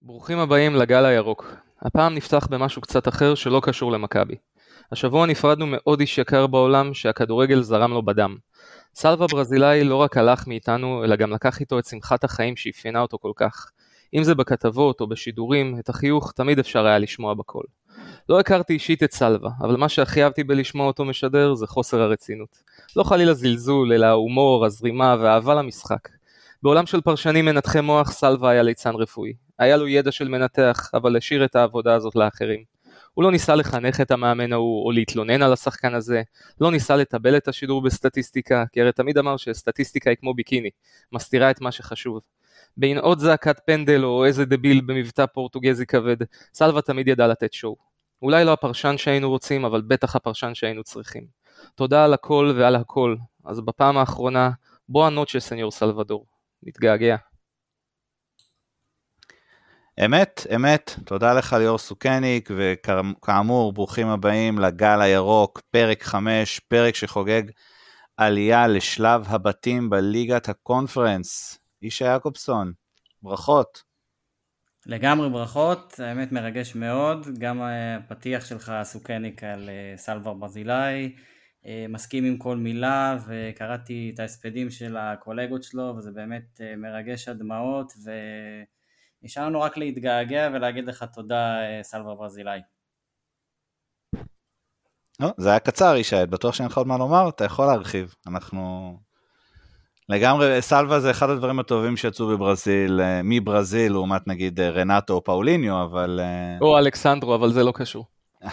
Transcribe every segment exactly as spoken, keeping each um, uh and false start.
ברוכים הבאים לגל הירוק. הפעם נפתח במשהו קצת אחר שלא קשור למכבי. השבוע נפרדנו מעוד איש יקר בעולם שהכדורגל זרם לו בדם. סלווה ברזילאי לא רק הלך מאיתנו, אלא גם לקח איתו את שמחת החיים שאפיינה אותו כל כך. אם זה בכתבות או בשידורים, את החיוך תמיד אפשר היה לשמוע בכל. לא הכרתי אישית את סלווה, אבל מה שהכי אהבתי בלשמוע אותו משדר זה חוסר הרצינות. לא חלילה זלזול, אלא ההומור, הזרימה והאהבה למשחק. בעולם של פרשנים מנתחי מוח, סלווה היה ליצן רפואי. היה לו ידע של מנתח, אבל השאיר את העבודה הזאת לאחרים. הוא לא ניסה לחנך את המאמן ההוא או להתלונן על השחקן הזה, לא ניסה לטבל את השידור בסטטיסטיקה, כי הרי תמיד אמר שסטטיסטיקה היא כמו ביקיני, מסתירה את מה שחשוב. בין עוד זעקת פנדל או איזה דביל במבטא פורטוגזי כבד, סלווה תמיד ידע לתת שואו. אולי לא הפרשן שהיינו רוצים, אבל בטח הפרשן שהיינו צריכים. תודה על הכל ועל הכל. אז בפעם האחרונה, בוא ענות של סניור סלבדור. נתגעגע. אמת, אמת, תודה לך ליאור סוכניק, וכאמור ברוכים הבאים לגל הירוק, פרק חמש, פרק שחוגג עלייה לשלב הבתים בליגת הקונפרנס. אישה יעקובסון, ברכות. לגמרי ברכות, האמת מרגש מאוד, גם הפתיח שלך סוכניק על סלווה ברזילאי, מסכים עם כל מילה, וקראתי את ההספדים של הקולגות שלו, וזה באמת מרגש הדמעות, ו... נשאר לנו רק להתגעגע ולהגיד לך תודה סלווה ברזילאי. זה היה קצר אישה, בטוח שאין לך עוד מה לומר, אתה יכול להרחיב. אנחנו לגמרי, סלווה זה אחד הדברים הטובים שיצאו בברזיל, מברזיל, לעומת נגיד רנאטו או פאוליניו, אבל... או אלכסנדרו, אבל זה לא קשור.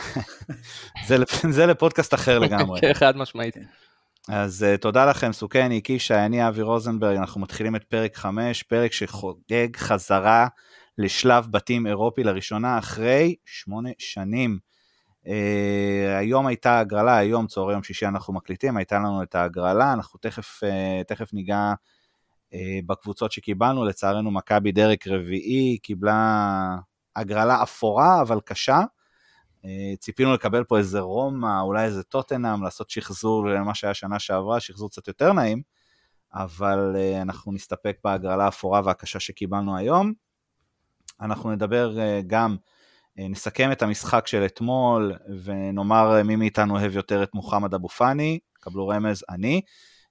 זה, זה לפודקאסט אחר לגמרי. כאחד משמעית. אז uh, תודה לכם, סוכני, קישה, אני אבי רוזנברג, אנחנו מתחילים את פרק חמש, פרק שחוגג חזרה לשלב בתים אירופי לראשונה אחרי שמונה שנים. Uh, היום הייתה הגרלה, היום צהרי יום שישי אנחנו מקליטים, הייתה לנו את ההגרלה, אנחנו תכף, uh, תכף ניגע uh, בקבוצות שקיבלנו, לצערנו מכבי דרק רביעי, קיבלה הגרלה אפורה אבל קשה, ציפינו לקבל פה איזה רומא, אולי איזה טוטנהאם, לעשות שחזור למה שהיה שנה שעברה, שחזור קצת יותר נעים, אבל אנחנו נסתפק בהגרלה האפורה והקשה שקיבלנו היום. אנחנו נדבר גם, נסכם את המשחק של אתמול, ונאמר מי מאיתנו אוהב יותר את מוחמד אבו פאני, קבלו רמז, אני,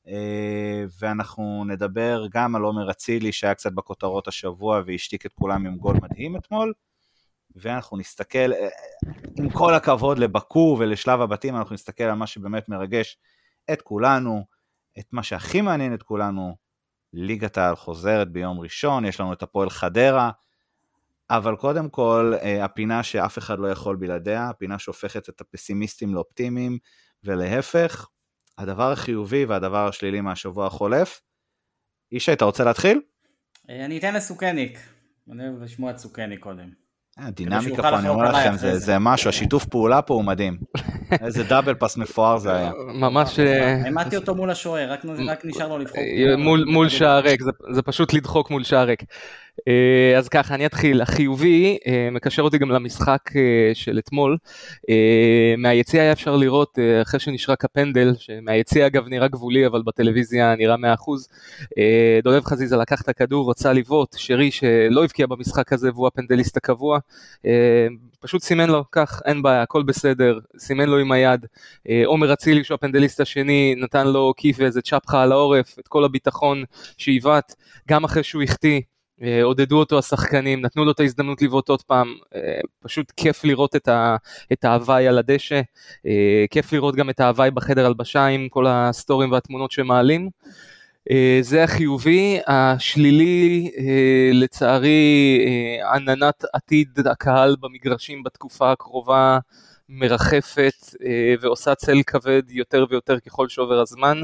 ואנחנו נדבר גם על עומר אצילי, שהיה קצת בכותרות השבוע, והשתיק את כולם עם גול מדהים אתמול, ואנחנו נסתכל, עם כל הכבוד לבקו ולשלב הבתים, אנחנו נסתכל על מה שבאמת מרגש את כולנו, את מה שהכי מעניין את כולנו, ליגת העל חוזרת ביום ראשון, יש לנו את הפועל חדרה, אבל קודם כל, הפינה שאף אחד לא יכול בלעדיה, הפינה שהופכת את הפסימיסטים לאופטימיים, ולהפך, הדבר החיובי והדבר השלילי מהשבוע החולף. אישה, אתה רוצה להתחיל? אני אתן לסוכניק, אני אוהב לשמוע את סוכניק קודם. דינמיקה פה, אני אומר לכם, זה, זה משהו, השיתוף פעולה פה הוא מדהים. איזה דאבל פס מפואר זה היה. ממש... העמדתי אותו מול השוער, רק, רק נשאר לו לדחוק. מול, מול שער ריק, זה, זה פשוט לדחוק מול שער ריק. אז ככה, אני אתחיל. החיובי מקשר אותי גם למשחק של אתמול. מהיציע היה אפשר לראות, אחרי שנשרק הפנדל, שמהיציע אגב נראה גבולי, אבל בטלוויזיה נראה מאה אחוז. דולב חזיזה לקח את הכדור, רוצה לבעוט, שרי שלא הבקיע במשחק הזה, והוא הפנדליסט הקבוע. פשוט סימן לו, כך, אין בעיה, הכל בסדר, סימן לו עם היד. עומר אצילי, שהוא הפנדליסט השני, נתן לו כיף ואיזה צ'פחה על העורף, את כל הביטחון שהיבט, גם אחרי שהוא החטיא. עודדו אותו השחקנים, נתנו לו את ההזדמנות לבעוט עוד פעם, פשוט כיף לראות את, ה, את ההוואי על הדשא, כיף לראות גם את ההוואי בחדר הלבשה עם כל הסטורים והתמונות שמעלים. זה החיובי. השלילי, לצערי, עננת עתיד הקהל במגרשים בתקופה הקרובה מרחפת ועושה צל כבד יותר ויותר ככל שעובר הזמן.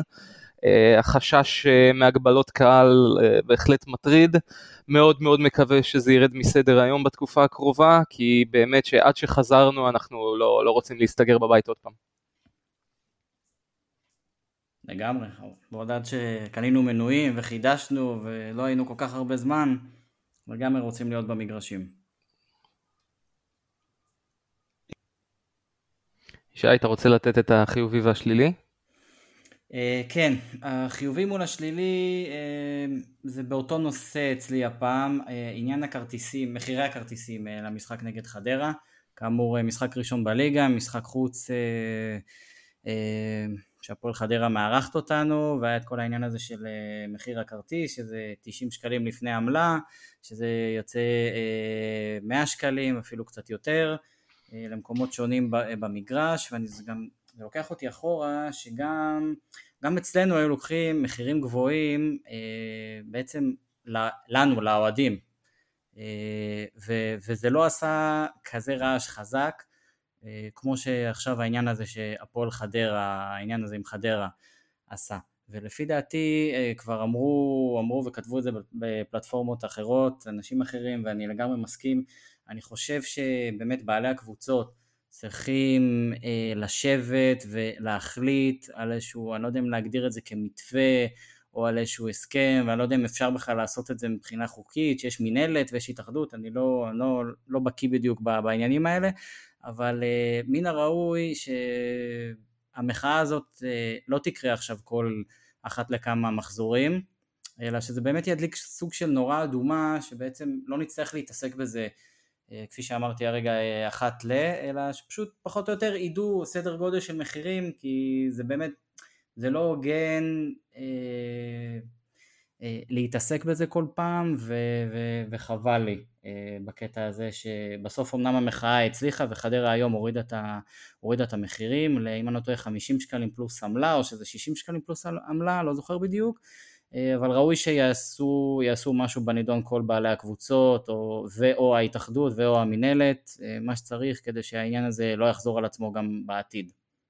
החשש מהגבלות קהל בהחלט מטריד, מאוד מאוד מקווה שזה ירד מסדר היום בתקופה הקרובה, כי באמת שעד שחזרנו אנחנו לא, לא רוצים להסתגר בבית עוד פעם. לגמרי, בעוד עד שקנינו מנויים וחידשנו ולא היינו כל כך הרבה זמן, לגמרי רוצים להיות במגרשים. שי, אתה רוצה לתת את החיובי והשלילי? כן, החיובי מול השלילי זה באותו נושא אצלי הפעם, עניין הכרטיסים, מחירי הכרטיסים למשחק נגד חדרה, כאמור משחק ראשון בליגה, משחק חוץ שהפועל חדרה מארחת אותנו, והיה את כל העניין הזה של מחיר הכרטיס, שזה תשעים שקלים לפני עמלה, שזה יוצא מאה שקלים, אפילו קצת יותר, למקומות שונים במגרש, ואני גם, זה לוקח אותי אחורה, שגם גם אצלנו היו לוקחים מחירים גבוהים, בעצם לנו, לאוהדים, וזה לא עשה כזה רעש חזק, כמו שעכשיו העניין הזה שהפועל חדרה, העניין הזה עם חדרה עשה. ולפי דעתי כבר אמרו, אמרו וכתבו את זה בפלטפורמות אחרות, אנשים אחרים, ואני לגמרי מסכים. אני חושב שבאמת בעלי הקבוצות צריכים אה, לשבת ולהחליט על איזשהו, אני לא יודע אם להגדיר את זה כמתווה, או על איזשהו הסכם, ואני לא יודע אם אפשר בכלל לעשות את זה מבחינה חוקית, שיש מנהלת ויש התאחדות, אני לא, לא, לא בקיא בדיוק בעניינים האלה, אבל אה, מן הראוי שהמחאה הזאת אה, לא תקרה עכשיו כל אחת לכמה מחזורים, אלא שזה באמת ידליק סוג של נורה אדומה, שבעצם לא נצטרך להתעסק בזה, כפי שאמרתי הרגע אחת ל, אלא שפשוט פחות או יותר ידעו סדר גודל של מחירים, כי זה באמת, זה לא הוגן אה, אה, להתעסק בזה כל פעם, ו, ו, וחבל לי אה, בקטע הזה, שבסוף אמנם המחאה הצליחה, וחדרה היום הורידה את, ה, הורידה את המחירים, אם אני לא טועה חמישים שקלים פלוס עמלה, או שזה שישים שקלים פלוס עמלה, לא זוכר בדיוק, אבל ראוי שיעשו יעשו משהו בנידון כל בעלי הקבוצות, או, ואו ההתאחדות ואו המנהלת, מה שצריך כדי שהעניין הזה לא יחזור על עצמו גם בעתיד.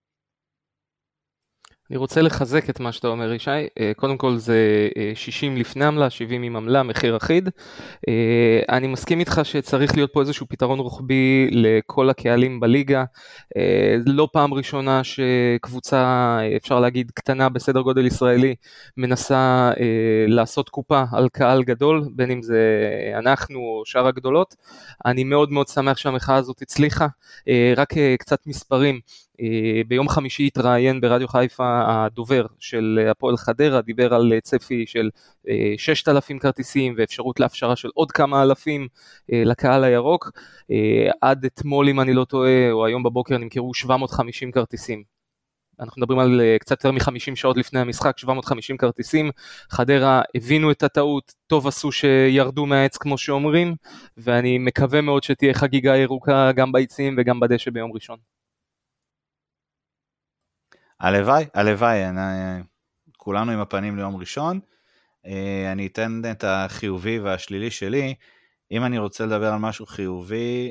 אני רוצה לחזק את מה שאתה אומר, ישי. קודם כל זה שישים לפני עמלה, שבעים עם עמלה, מחיר אחיד. אני מסכים איתך שצריך להיות פה איזשהו פתרון רוחבי לכל הקהלים בליגה. לא פעם ראשונה שקבוצה, אפשר להגיד, קטנה בסדר גודל ישראלי, מנסה לעשות קופה על קהל גדול, בין אם זה אנחנו או שאר הגדולות. אני מאוד מאוד שמח שהמחאה הזאת הצליחה. רק קצת מספרים. ביום חמישי התראיין ברדיו חיפה הדובר של הפועל חדרה, דיבר על צפי של ששת אלפים כרטיסים ואפשרות להפשרה של עוד כמה אלפים לקהל הירוק. עד אתמול, אם אני לא טועה, או היום בבוקר, נמכרו שבע מאות וחמישים כרטיסים. אנחנו מדברים על קצת יותר מ-חמישים שעות לפני המשחק, שבע מאות וחמישים כרטיסים. חדרה הבינו את הטעות, טוב עשו שירדו מהעץ כמו שאומרים, ואני מקווה מאוד שתהיה חגיגה ירוקה גם ביציעים וגם בדשא ביום ראשון. הלוואי, הלוואי, כולנו עם הפנים ליום ראשון. אני אתן את החיובי והשלילי שלי. אם אני רוצה לדבר על משהו חיובי,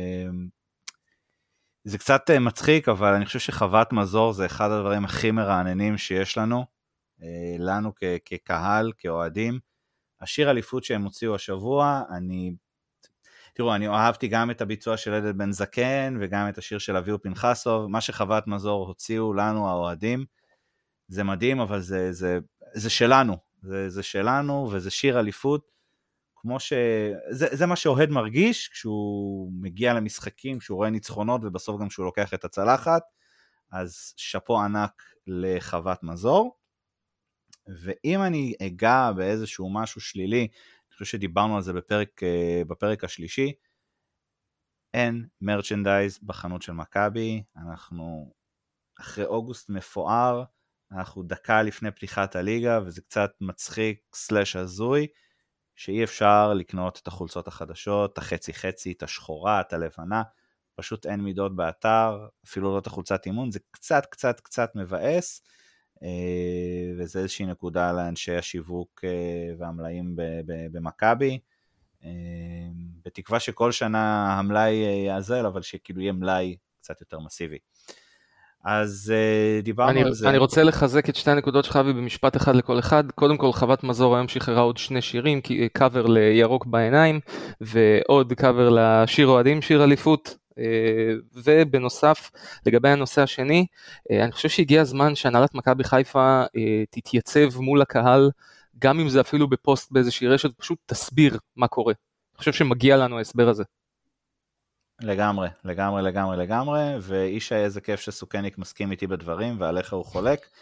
זה קצת מצחיק, אבל אני חושב שחוות מזור זה אחד הדברים הכי מרעננים שיש לנו, לנו כקהל, כאוהדים. השיר אליפות שהם הוציאו השבוע, אני... תראו, אני אהבתי גם את הביצוע של עדן בן זקן, וגם את השיר של אביהו פנחסוב. מה שחוות מזור הוציאו לנו, האוהדים, זה מדהים, אבל זה, זה, זה שלנו. זה, זה שלנו, וזה שיר אליפות, כמו ש... זה, זה מה שאוהד מרגיש, כשהוא מגיע למשחקים, כשהוא רואה ניצחונות, ובסוף גם כשהוא לוקח את הצלחת. אז שפו ענק לחוות מזור. ואם אני אגע באיזשהו משהו שלילי, אני חושב שדיברנו על זה בפרק, בפרק השלישי, אין מרצ'נדייז בחנות של מכבי, אנחנו אחרי אוגוסט מפואר, אנחנו דקה לפני פתיחת הליגה, וזה קצת מצחיק סלש הזוי, שאי אפשר לקנות את החולצות החדשות, את החצי חצי, את השחורה, את הלבנה, פשוט אין מידות באתר, אפילו לא את החולצת אימון, זה קצת קצת קצת מבאס, וזה איזושהי נקודה לאנשי השיווק והמלאים במכבי, בתקווה שכל שנה המלאי יעזל, אבל שכאילו יהיה מלאי קצת יותר מסיבי. אז דיברנו אני, על זה. אני רוצה לחזק את שתי הנקודות שלך במשפט אחד לכל אחד. קודם כל, חוות מזור היום שחררה עוד שני שירים, קאבר לירוק בעיניים, ועוד קאבר לשיר אוהדים, שיר אליפות. ובנוסף, לגבי הנושא השני, אני חושב שהגיע הזמן שהנהלת מכבי חיפה תתייצב מול הקהל, גם אם זה אפילו בפוסט באיזושהי רשת, פשוט תסביר מה קורה. אני חושב שמגיע לנו ההסבר הזה. לגמרי, לגמרי, לגמרי, לגמרי, ואישה איזה כיף שסוכניק מסכים איתי בדברים, ועליך הוא חולק.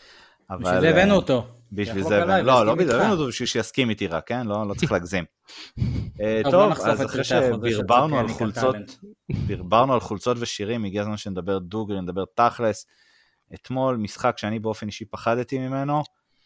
בשביל זה הבאנו אותו. בשביל זה הבאנו, לא, לא הבאנו אותו בשביל שיסכים איתי רק, כן? לא צריך להגזים. טוב, אז אחרי שברברנו על חולצות, ברברנו על חולצות ושירים, הגיע הזמן שנדבר דוגרי, נדבר תכלס. אתמול משחק שאני באופן אישי פחדתי ממנו,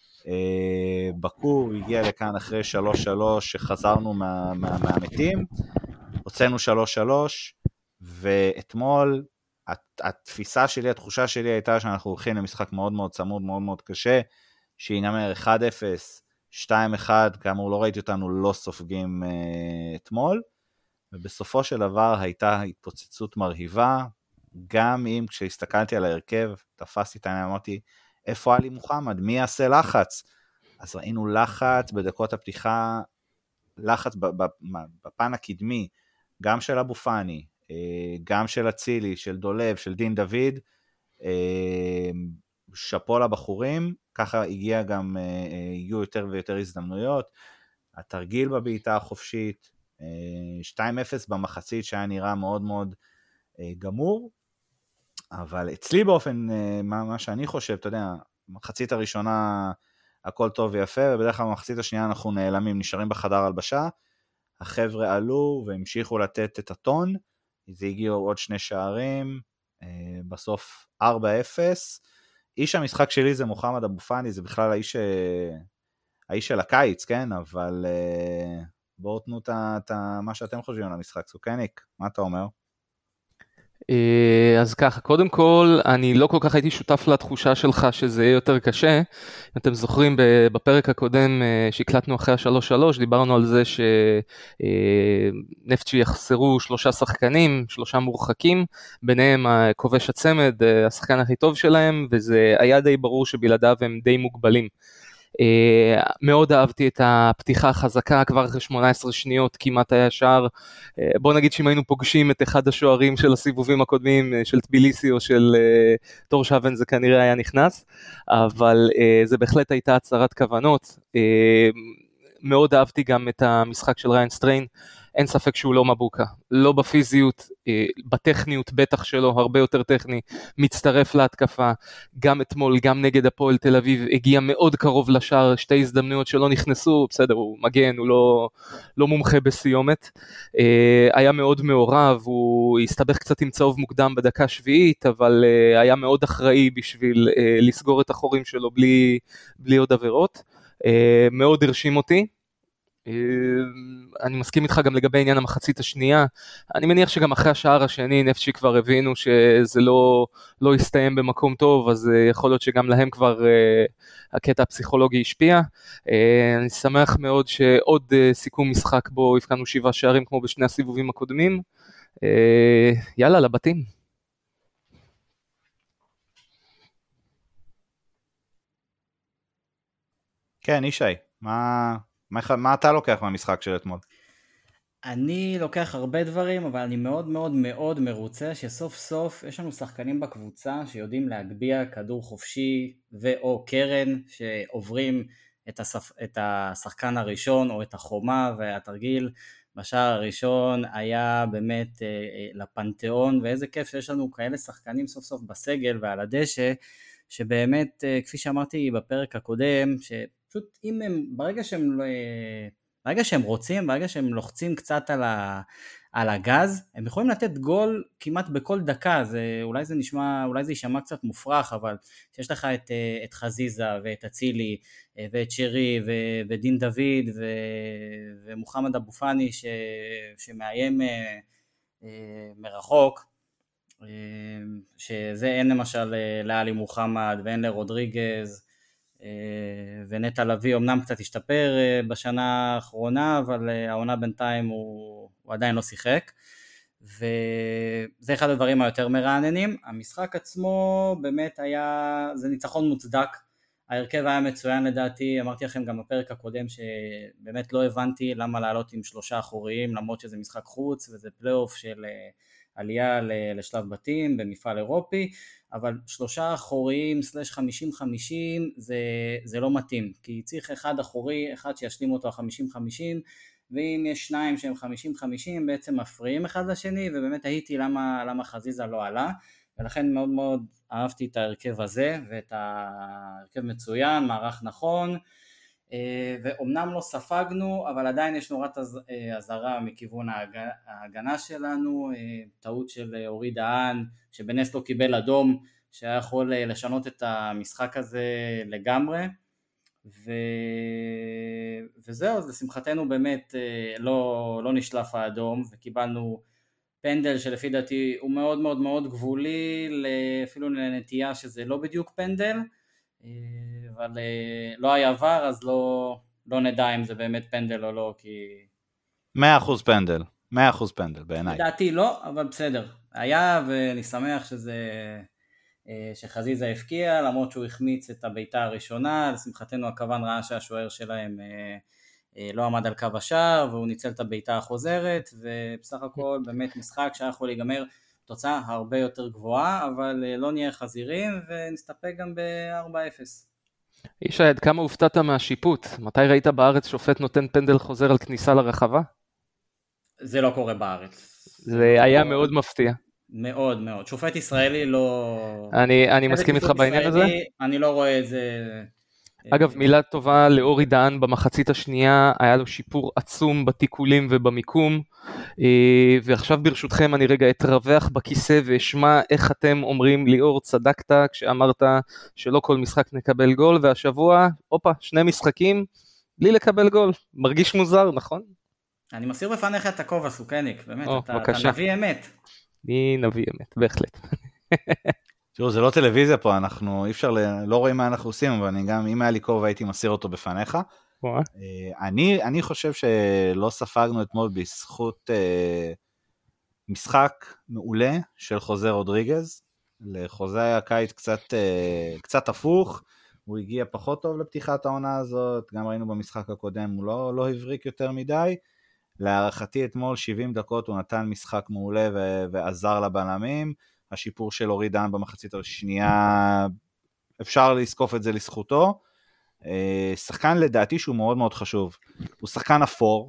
בקור הגיע לכאן אחרי שלוש שלוש שחזרנו מהמתים, הוצאנו שלוש שלוש, ואתמול התפיסה שלי, התחושה שלי הייתה שאנחנו הולכים למשחק מאוד מאוד צמוד, מאוד מאוד קשה, שינאמר אחד אפס, שתיים אחת, כאמור לא ראיתי אותנו לא סופגים uh, אתמול, ובסופו של דבר הייתה התפוצצות מרהיבה, גם אם כשהסתכלתי על ההרכב, תפסתי את העניין, אמרתי, איפה עלי מוחמד? מי יעשה לחץ? אז ראינו לחץ בדקות הפתיחה, לחץ בפן הקדמי, גם של אבו פאני, גם של אצילי, של דולב, של דין דוד, שפו לבחורים, ככה הגיע גם, יהיו יותר ויותר הזדמנויות, התרגיל בבעיטה החופשית, שתיים אפס במחצית שהיה נראה מאוד מאוד גמור, אבל אצלי באופן, מה, מה שאני חושב, אתה יודע, מחצית הראשונה הכל טוב ויפה, ובדרך כלל במחצית השנייה אנחנו נעלמים, נשארים בחדר הלבשה, החבר'ה עלו והמשיכו לתת את הטון, זה הגיעו עוד שני שערים, בסוף ארבע אפס, איש המשחק שלי זה מוחמד אבו פאני, זה בכלל האיש, האיש של הקיץ, כן, אבל בואו תנו את מה שאתם חושבים על המשחק, סוכניק, מה אתה אומר? אז ככה, קודם כל, אני לא כל כך הייתי שותף לתחושה שלך שזה יהיה יותר קשה. אם אתם זוכרים, בפרק הקודם שהקלטנו אחרי ה-שלוש שלוש, דיברנו על זה שנפצ'י יחסרו שלושה שחקנים, שלושה מורחקים, ביניהם כובש הצמד, השחקן הכי טוב שלהם, וזה היה די ברור שבלעדיו הם די מוגבלים. Uh, מאוד אהבתי את הפתיחה החזקה, כבר אחרי שמונה עשרה שניות כמעט היה שער, uh, בוא נגיד שאם היינו פוגשים את אחד השוערים של הסיבובים הקודמים, uh, של טביליסי או של uh, תור שבן, זה כנראה היה נכנס, אבל uh, זה בהחלט הייתה הצהרת כוונות. uh, מאוד אהבתי גם את המשחק של ריין סטריין, אין ספק שהוא לא מבוקה, לא בפיזיות, בטכניות בטח שלו, הרבה יותר טכני, מצטרף להתקפה, גם אתמול, גם נגד הפועל תל אביב, הגיע מאוד קרוב לשער, שתי הזדמנויות שלא נכנסו, בסדר, הוא מגן, הוא לא, לא מומחה בסיומת, היה מאוד מעורב, הוא הסתבך קצת עם צהוב מוקדם בדקה שביעית, אבל היה מאוד אחראי בשביל לסגור את החורים שלו בלי, בלי עוד עבירות, מאוד הרשים אותי, אני מסכים איתך גם לגבי עניין המחצית השנייה, אני מניח שגם אחרי השער השני נפצ'י כבר הבינו שזה לא, לא יסתיים במקום טוב, אז יכול להיות שגם להם כבר הקטע הפסיכולוגי השפיע. אני שמח מאוד שעוד סיכום משחק בו הפקענו שבעה שערים כמו בשני הסיבובים הקודמים, יאללה לבתים. כן, ישי, מה... מה, מה אתה לוקח מהמשחק של אתמול? אני לוקח הרבה דברים, אבל אני מאוד מאוד מאוד מרוצה שסוף סוף יש לנו שחקנים בקבוצה שיודעים להגביע כדור חופשי ואו קרן שעוברים את, השפ... את השחקן הראשון או את החומה, והתרגיל בשער הראשון היה באמת אה, אה, לפנתיאון, ואיזה כיף שיש לנו כאלה שחקנים סוף סוף בסגל ועל הדשא, שבאמת אה, כפי שאמרתי בפרק הקודם, ש... פשוט אם הם, ברגע שהם, ברגע שהם רוצים, ברגע שהם לוחצים קצת על, ה, על הגז, הם יכולים לתת גול כמעט בכל דקה, זה, אולי זה נשמע, אולי זה יישמע קצת מופרך, אבל שיש לך את, את חזיזה ואת אצילי ואת שרי ו, ודין דוד ו, ומוחמד אבו פאני ש, שמאיים מרחוק, שזה אין למשל לעלי מוחמד ואין לרודריגז, ונטע לביא אמנם קצת השתפר בשנה האחרונה, אבל העונה בינתיים הוא, הוא עדיין לא שיחק, וזה אחד הדברים היותר מרעננים. המשחק עצמו באמת היה, זה ניצחון מוצדק, ההרכב היה מצוין לדעתי, אמרתי לכם גם בפרק הקודם שבאמת לא הבנתי למה לעלות עם שלושה אחוריים, למרות שזה משחק חוץ וזה פלייאוף של עלייה לשלב בתים במפעל אירופי, אבל שלושה אחוריים סלש חמישים חמישים זה, זה לא מתאים, כי צריך אחד אחורי, אחד שישלים אותו ה-חמישים חמישים, ואם יש שניים שהם חמישים חמישים בעצם מפריעים אחד לשני, ובאמת הייתי למה, למה חזיזה לא עלה, ולכן מאוד מאוד אהבתי את ההרכב הזה, ואת ההרכב מצוין, מערך נכון, ואומנם לא ספגנו, אבל עדיין יש נורת הזרה מכיוון ההגנה שלנו, טעות של אורי דהן, שבנס לא קיבל אדום, שהיה יכול לשנות את המשחק הזה לגמרי, ו... וזהו, אז לשמחתנו באמת לא, לא נשלף האדום, וקיבלנו פנדל שלפי דעתי הוא מאוד מאוד מאוד גבולי, אפילו לנטייה שזה לא בדיוק פנדל, אבל לא היה ור, אז לא, לא נדע אם זה באמת פנדל או לא, כי... מאה אחוז פנדל, מאה אחוז פנדל בעיניי. לדעתי לא, אבל בסדר. היה, ואני שמח שזה, שחזיזה הפקיע, למרות שהוא החמיץ את הביתה הראשונה, לשמחתנו הכוון ראה שהשוער שלהם לא עמד על קו השער, והוא ניצל את הביתה החוזרת, ובסך הכל באמת משחק שהיה יכול להיגמר תוצאה הרבה יותר גבוהה, אבל לא נהיה חזירים, ונסתפק גם ב-ארבע אפס. ישי, עד כמה הופתעת מהשיפוט? מתי ראית בארץ שופט נותן פנדל חוזר על כניסה לרחבה? זה לא קורה בארץ. זה היה מאוד מפתיע. מאוד מאוד. שופט ישראלי לא... אני, אני מסכים איתך בעניין הזה. אני לא רואה את זה... אגב, מילה טובה לאורי דהן במחצית השנייה, היה לו שיפור עצום בתיקולים ובמיקום, ועכשיו ברשותכם אני רגע אתרווח בכיסא ואשמע איך אתם אומרים, ליאור, צדקת כשאמרת שלא כל משחק נקבל גול, והשבוע, אופה, שני משחקים בלי לקבל גול. מרגיש מוזר, נכון? אני מסיר בפניך את הכובע, סוכניק, באמת, או, אתה, אתה נביא אמת. אני נביא אמת, בהחלט. תראו, זה לא טלוויזיה פה, אנחנו אי אפשר, לא רואים מה אנחנו עושים, אבל אני גם, אם היה לי כובע הייתי מסיר אותו בפניך. אני, אני חושב שלא ספגנו אתמול בזכות אה, משחק מעולה של חוזה רודריגז, לחוזה הקיץ קצת, אה, קצת הפוך, הוא הגיע פחות טוב לפתיחת העונה הזאת, גם ראינו במשחק הקודם, הוא לא, לא הבריק יותר מדי, להערכתי אתמול שבעים דקות הוא נתן משחק מעולה ו- ועזר לבלמים, השיפור של אורי דהן במחצית השנייה, אפשר לזקוף את זה לזכותו, שחקן לדעתי שהוא מאוד מאוד חשוב, הוא שחקן אפור,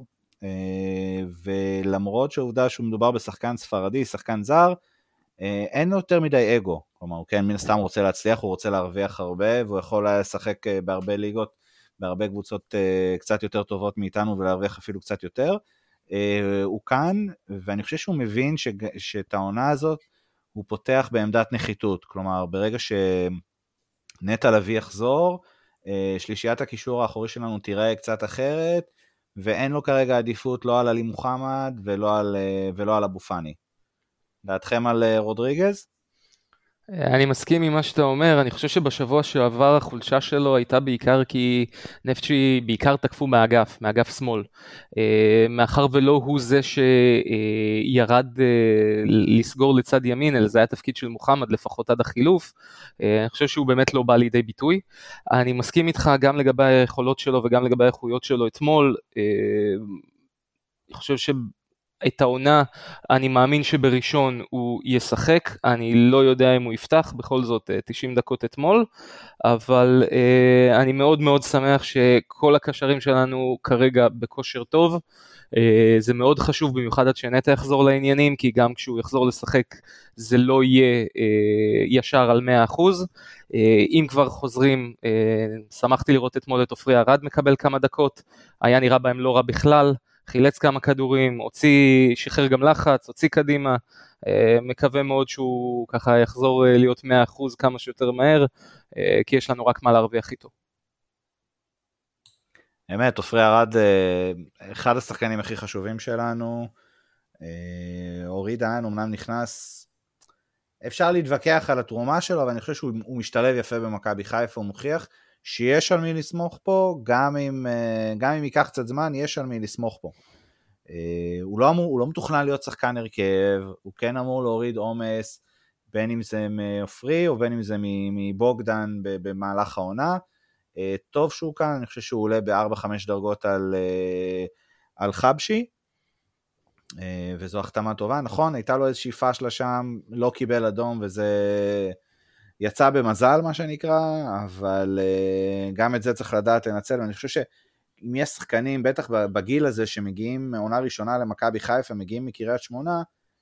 ולמרות שהעובדה שהוא מדובר בשחקן ספרדי, שחקן זר, אין לו יותר מדי אגו, כלומר הוא כן מן הסתם רוצה להצליח, הוא רוצה להרוויח הרבה, והוא יכול לשחק בהרבה ליגות, בהרבה קבוצות קצת יותר טובות מאיתנו, ולהרוויח אפילו קצת יותר, הוא כאן, ואני חושב שהוא מבין שאת העונה הזאת, הוא פותח בעמדת נחיתות, כלומר ברגע שנטע לביא יחזור, שלישיית הקישור האחורי שלנו תיראה קצת אחרת, ואין לו כרגע עדיפות לא על עלי מוחמד ולא על, ולא על אבו פאני. דעתכם על רודריגז? אני מסכים עם מה שאתה אומר, אני חושב שבשבוע שעבר החולשה שלו הייתה בעיקר כי נפצ'י בעיקר תקפו מהאגף, מהאגף שמאל, מאחר ולא הוא זה שירד לסגור לצד ימין, אלא זה היה תפקיד של מוחמד לפחות עד החילוף, אני חושב שהוא באמת לא בא לידי ביטוי, אני מסכים איתך גם לגבי היכולות שלו וגם לגבי האיכויות שלו אתמול, אני חושב ש... את העונה, אני מאמין שבראשון הוא ישחק, אני לא יודע אם הוא יפתח, בכל זאת תשעים דקות אתמול, אבל אה, אני מאוד מאוד שמח שכל הקשרים שלנו כרגע בכושר טוב, אה, זה מאוד חשוב במיוחד עד שנטע יחזור לעניינים, כי גם כשהוא יחזור לשחק זה לא יהיה אה, ישר על מאה אחוז, אה, אם כבר חוזרים, אה, שמחתי לראות אתמול את עופרי ארד מקבל כמה דקות, היה נראה בהם לא רע בכלל, חילץ כמה כדורים, הוציא, שחרר גם לחץ, הוציא קדימה, מקווה מאוד שהוא ככה יחזור להיות מאה אחוז כמה שיותר מהר, כי יש לנו רק מה להרוויח איתו. באמת, עופרי ארד, אחד השחקנים הכי חשובים שלנו, אורי דהן אומנם נכנס, אפשר להתווכח על התרומה שלו, אבל אני חושב שהוא משתלב יפה במכבי חיפה, הוא מוכיח, שיש על מי לסמוך פה, גם אם, גם אם ייקח קצת זמן, יש על מי לסמוך פה. הוא לא, אמור, הוא לא מתוכנן להיות שחקן הרכב, הוא כן אמור להוריד עומס, בין אם זה מעופרי, או בין אם זה מבוגדן במהלך העונה. טוב שהוא כאן, אני חושב שהוא עולה ב-ארבע חמש דרגות על, על חבשי, וזו החתמה טובה. נכון, הייתה לו איזושהי פשלה שם, לא קיבל אדום, וזה... יצא במזל מה שנקרא, אבל uh, גם את זה צריך לדעת לנצל, ואני חושב שאם יש שחקנים, בטח בגיל הזה, שמגיעים מעונה ראשונה למכבי חיפה, מגיעים מקריית שמונה,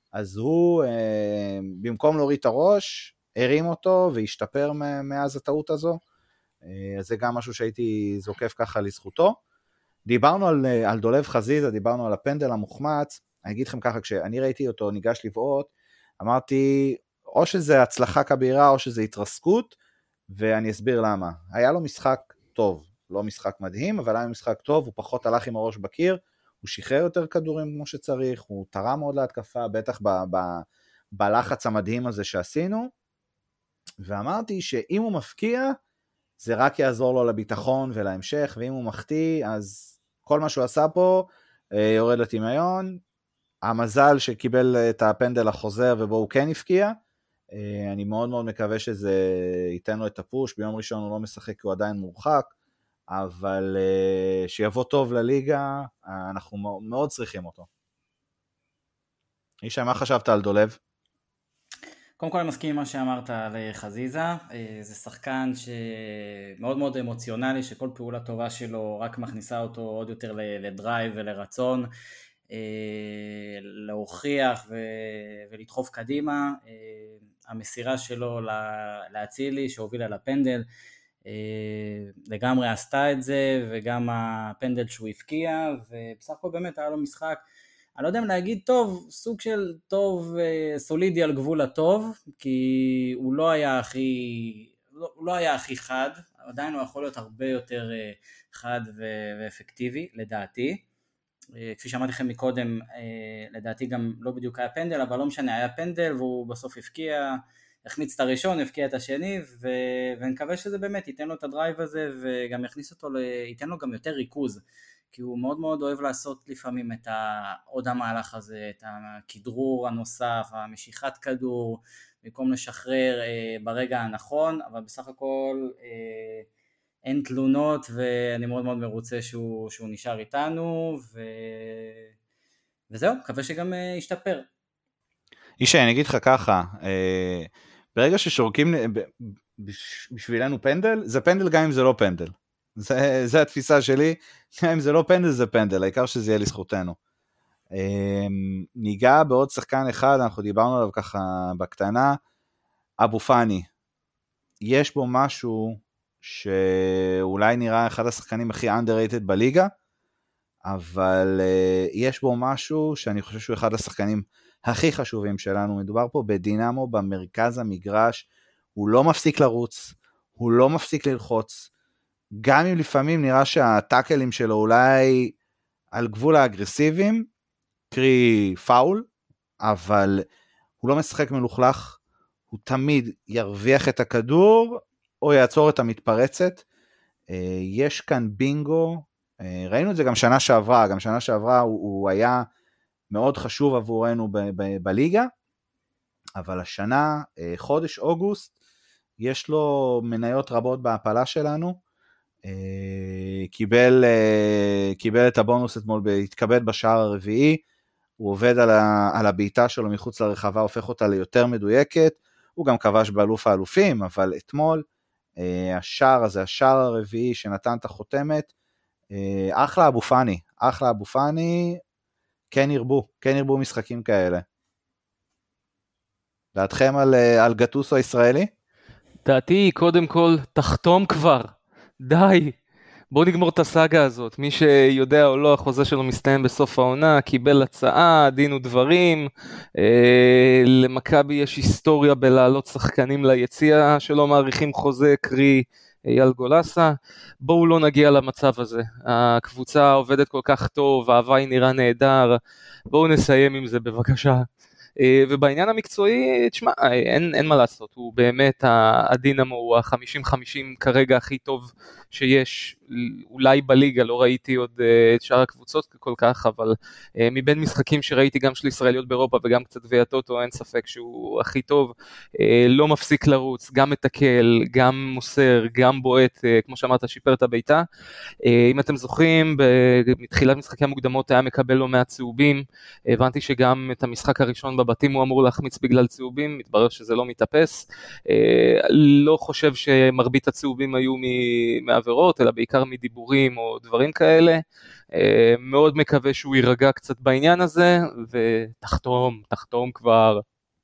אז הוא, במקום להוריד את הראש, הרים אותו והשתפר מאז הטעות הזו, אז זה גם משהו שהייתי זוקף ככה לזכותו. דיברנו על, על דולב חזיזה, דיברנו על הפנדל המוחמץ, אני אגיד לכם ככה, כשאני ראיתי אותו ניגש לבעוט, אמרתי, או שזה הצלחה כבירה, או שזה התרסקות, ואני אסביר למה. היה לו משחק טוב, לא משחק מדהים, אבל היה משחק טוב, הוא פחות הלך עם הראש בקיר, הוא שחרר יותר כדורים כמו שצריך, הוא תרם מאוד להתקפה, בטח ב, ב, בלחץ המדהים הזה שעשינו, ואמרתי שאם הוא מפקיע, זה רק יעזור לו לביטחון ולהמשך, ואם הוא מחטיא, אז כל מה שהוא עשה פה, יורד לטמיון, המזל שקיבל את הפנדל החוזר, ובו הוא כן הפקיע, אני מאוד מאוד מקווה שזה ייתן לו את הפוש, ביום ראשון הוא לא משחק, הוא עדיין מורחק, אבל שיבוא טוב לליגה, אנחנו מאוד צריכים אותו. ישי, מה חשבת על דולב? קודם כל אני מסכים עם מה שאמרת על חזיזה, זה שחקן שמאוד מאוד אמוציונלי, שכל פעולה טובה שלו רק מכניסה אותו עוד יותר לדרייב ולרצון, להוכיח ולדחוף קדימה. המסירה שלו להצילי שהובילה לפנדל, לגמרי עשתה את זה, וגם הפנדל שהוא הפקיע, ובסך הכל באמת היה לו משחק, אני לא יודע אם להגיד טוב, סוג של טוב סולידי על גבול הטוב, כי הוא לא היה הכי, הוא לא היה הכי חד, עדיין הוא יכול להיות הרבה יותר חד ואפקטיבי, לדעתי. כפי שאמרתי לכם מקודם, לדעתי גם לא בדיוק היה פנדל, אבל לא משנה, היה פנדל, והוא בסוף הפקיע, החמיץ את הראשון, הפקיע את השני, ואני מקווה שזה באמת ייתן לו את הדרייב הזה, וגם יכניס אותו, ייתן לו גם יותר ריכוז, כי הוא מאוד מאוד אוהב לעשות לפעמים את עוד המהלך הזה, את הכדרור הנוסף, המשיכת כדור, במקום לשחרר ברגע הנכון, אבל בסך הכל אין תלונות, ואני מאוד מאוד מרוצה שהוא, שהוא נשאר איתנו, ו... וזהו, מקווה שגם ישתפר. ישי, אני אגיד לך ככה, ברגע ששורקים בשבילנו פנדל, זה פנדל גם אם זה לא פנדל. זה, זה התפיסה שלי, גם אם זה לא פנדל זה פנדל, העיקר שזה יהיה לזכותנו. ניגע בעוד שחקן אחד, אנחנו דיברנו עליו ככה בקטנה, אבו פאני. יש בו משהו שאולי נראה אחד השחקנים הכי underrated בליגה, אבל יש בו משהו שאני חושב שהוא אחד השחקנים הכי חשובים שלנו. מדובר פה בדינמו במרכז המגרש, הוא לא מפסיק לרוץ, הוא לא מפסיק ללחוץ, גם אם לפעמים נראה שהטאקלים שלו אולי על גבול האגרסיביים, קרי פאול, אבל הוא לא משחק מלוכלך, הוא תמיד ירוויח את הכדור, או יעצור את המתפרצת. יש כאן בינגו, ראינו את זה גם שנה שעברה, גם שנה שעברה הוא, הוא היה מאוד חשוב עבורנו ב- ב- בליגה, אבל השנה, חודש אוגוסט, יש לו מניות רבות בהפלה שלנו, קיבל, קיבל את הבונוס אתמול, התקבל בשער הרביעי, הוא עובד על, ה, על הביתה שלו מחוץ לרחבה, הופך אותה ליותר מדויקת, הוא גם כבש באלוף האלופים, אבל אתמול, השער הזה, השער הרביעי שנתן את החותמת, אחלה אבו פאני, אחלה אבו פאני, כן ירבו, כן ירבו משחקים כאלה. דעתכם על, על גטוסו הישראלי? דעתי קודם כל, תחתום כבר, די, בוא נגמור את הסאגה הזאת. מי שיודע או לא, החוזה שלו מסתיים בסוף העונה, קיבל הצעה, דין ודברים, אה, למכבי יש היסטוריה בלהעלות שחקנים ליציאה שלא מעריכים חוזה, קרי אייל גולסה. בואו לא נגיע למצב הזה, הקבוצה עובדת כל כך טוב, ההוואי נראה נהדר, בואו נסיים עם זה בבקשה. ובעניין המקצועי, תשמע, אין, אין מה לעשות, הוא באמת, הדינמו הוא ה-חמישים חמישים כרגע הכי טוב שיש, אולי בליגה, לא ראיתי עוד את שאר הקבוצות כל כך, אבל מבין משחקים שראיתי גם של ישראליות באירופה וגם קצת ויאטוטו, אין ספק שהוא הכי טוב, לא מפסיק לרוץ, גם מתקל, גם מוסר, גם בועט, כמו שאמרת, שיפר את הביתה. אם אתם זוכרים, מתחילת משחקי המוקדמות היה מקבל לו מהצהובים, הבנתי שגם את המשחק הראשון בבתים הוא אמור להחמיץ בגלל צהובים, מתברר שזה לא מתאפס, לא חושב שמרבית הצהובים היו מעבירות, אלא בעיקר בעיקר מדיבורים או דברים כאלה, מאוד מקווה שהוא יירגע קצת בעניין הזה, ותחתום, תחתום כבר.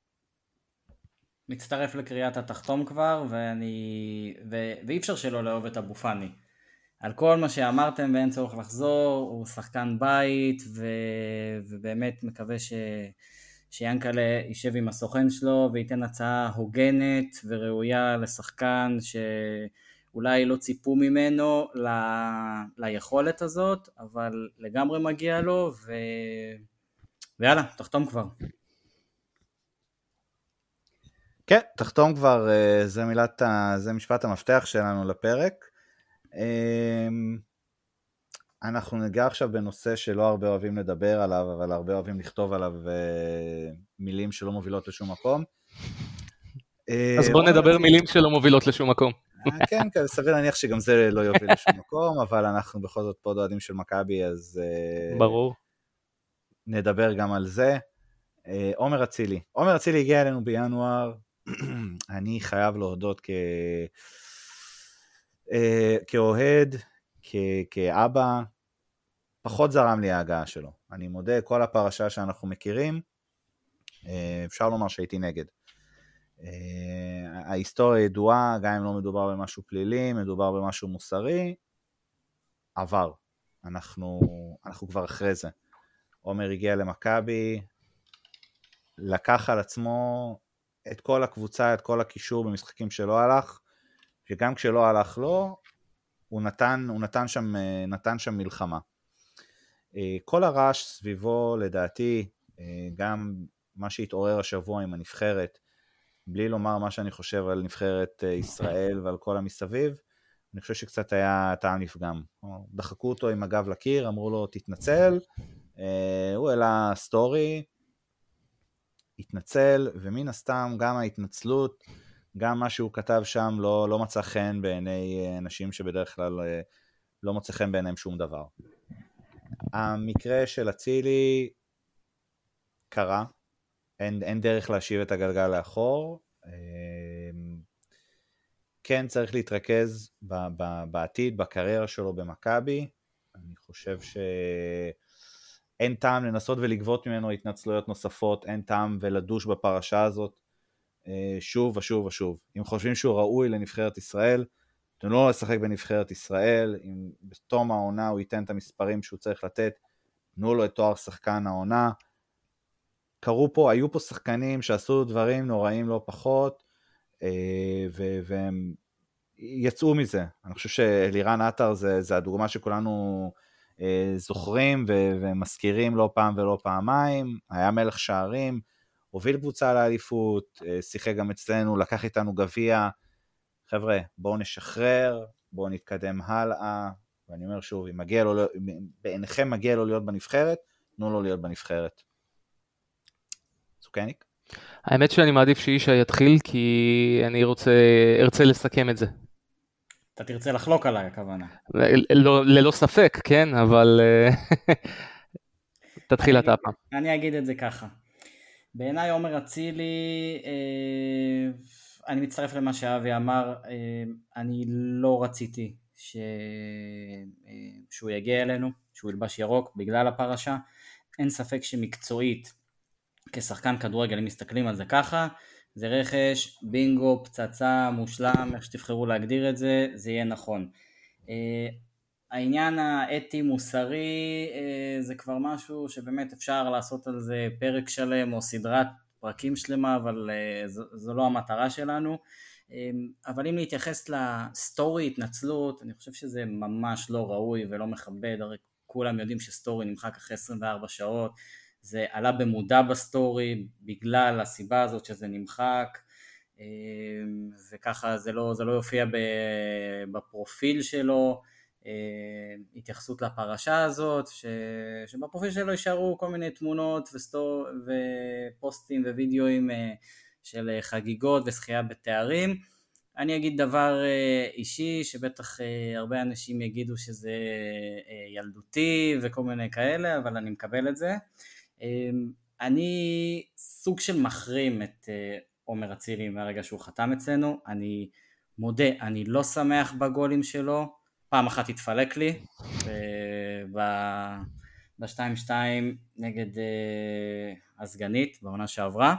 מצטרף לקריאת התחתום כבר, ואני, ו... ואי אפשר שלא לאהוב את אבו פאני. על כל מה שאמרתם ואין צורך לחזור, הוא שחקן בית, ו... ובאמת מקווה ש... שיאנקלה יישב עם הסוכן שלו, וייתן הצעה הוגנת וראויה לשחקן שאולי לא ציפו ממנו ל... ליכולת הזאת, אבל לגמרי מגיע לו, ו... ויאללה, תחתום כבר. כן, תחתום כבר, זה מילת, זה משפט המפתח שלנו לפרק. אנחנו ניגע עכשיו בנושא שלא הרבה אוהבים לדבר עליו, אבל הרבה אוהבים לכתוב עליו מילים שלא מובילות לשום מקום. אז בוא נדבר מילים שלא מובילות לשום מקום. כן, סביר להניח שגם זה לא יוביל לשום מקום, אבל אנחנו בכל זאת פה אוהדים של מכבי, אז ברור. נדבר גם על זה. עומר אצילי. עומר אצילי הגיע אלינו בינואר, אני חייב להודות כ... כאוהד, כ... כאבא, פחות זרם לי ההגעה שלו. אני מודה, כל הפרשה שאנחנו מכירים, אפשר לומר שהייתי נגד. ההיסטוריה ידועה, גם אם לא מדובר במשהו פלילי, מדובר במשהו מוסרי, עבר. אנחנו, אנחנו כבר אחרי זה. עומר הגיע למכבי, לקח על עצמו את כל הקבוצה, את כל הקישור במשחקים שלא הלך, שגם כשלא הלך לו, הוא נתן, הוא נתן שם, נתן שם מלחמה. כל הרעש סביבו, לדעתי, גם מה שהתעורר השבוע עם הנבחרת, בלי לומר מה שאני חושב על נבחרת ישראל ועל כל המסביב, אני חושב שקצת היה טעם נפגם. דחקו אותו עם הגב לקיר, אמרו לו תתנצל, הוא העלה סטורי, התנצל, ומן הסתם גם ההתנצלות, גם מה שהוא כתב שם לא, לא מצא חן בעיני אנשים שבדרך כלל לא מצא חן בעיניהם שום דבר. המקרה של אצילי קרה, אין, אין דרך להשיב את הגלגל לאחור, כן צריך להתרכז ב, ב, בעתיד, בקריירה שלו במכבי, אני חושב שאין טעם לנסות ולגבות ממנו התנצלויות נוספות, אין טעם ולדוש בפרשה הזאת, שוב ושוב ושוב. אם חושבים שהוא ראוי לנבחרת ישראל, תנו לו לשחק בנבחרת ישראל, אם בתום העונה הוא ייתן את המספרים שהוא צריך לתת, תנו לו את תואר שחקן העונה. קרו פה, היו פה שחקנים שעשו דברים נוראים לא פחות, והם יצאו מזה. אני חושב שאלירן עטר זה, זה הדוגמה שכולנו זוכרים ומזכירים לא פעם ולא פעמיים, היה מלך שערים, הוביל קבוצה לאליפות, שיחק גם אצלנו, לקח איתנו גביע. חבר'ה, בואו נשחרר, בואו נתקדם הלאה, ואני אומר שוב, אם מגיע לו, בעיניכם מגיע לו להיות בנבחרת, תנו לו להיות בנבחרת. סוכניק? האמת שאני מעדיף שאישה יתחיל, כי אני רוצה, ארצה לסכם את זה. אתה תרצה לחלוק עליי, הכוונה. לא, ללא ספק, כן, אבל תתחיל אתה פעם. אני אגיד את זה ככה. בעיניי עומר אצילי, אה, אני מצטרף למה שאבי אמר, אה, אני לא רציתי ש... אה, שהוא יגיע אלינו, שהוא ילבש ירוק בגלל הפרשה. אין ספק שמקצועית, כשחקן כדורגל, אם מסתכלים על זה ככה, זה רכש, בינגו, פצצה, מושלם, איך שתבחרו להגדיר את זה, זה יהיה נכון. אה, העניין האתי מוסרי זה כבר משהו שבאמת אפשר לעשות על זה פרק שלם או סדרת פרקים שלמה, אבל זו, זו לא המטרה שלנו. אבל אם להתייחס לסטורי התנצלות, אני חושב שזה ממש לא ראוי ולא מכבד, הרי כולם יודעים שסטורי נמחק אחרי עשרים וארבע שעות, זה עלה במודע בסטורי בגלל הסיבה הזאת שזה נמחק, וככה זה לא, זה לא יופיע בפרופיל שלו, התייחסות לפרשה הזאת, ש... שבפרופיל שלו יישארו כל מיני תמונות וסטור... ופוסטים ווידאוים של חגיגות ושחייה בתארים. אני אגיד דבר אישי, שבטח הרבה אנשים יגידו שזה ילדותי וכל מיני כאלה, אבל אני מקבל את זה. אני סוג של מחרים את עומר אצילי מהרגע שהוא חתם אצלנו, אני מודה, אני לא שמח בגולים שלו, פעם אחת התפלק לי, ב-שתיים שתיים נגד הסגנית בעונה שעברה,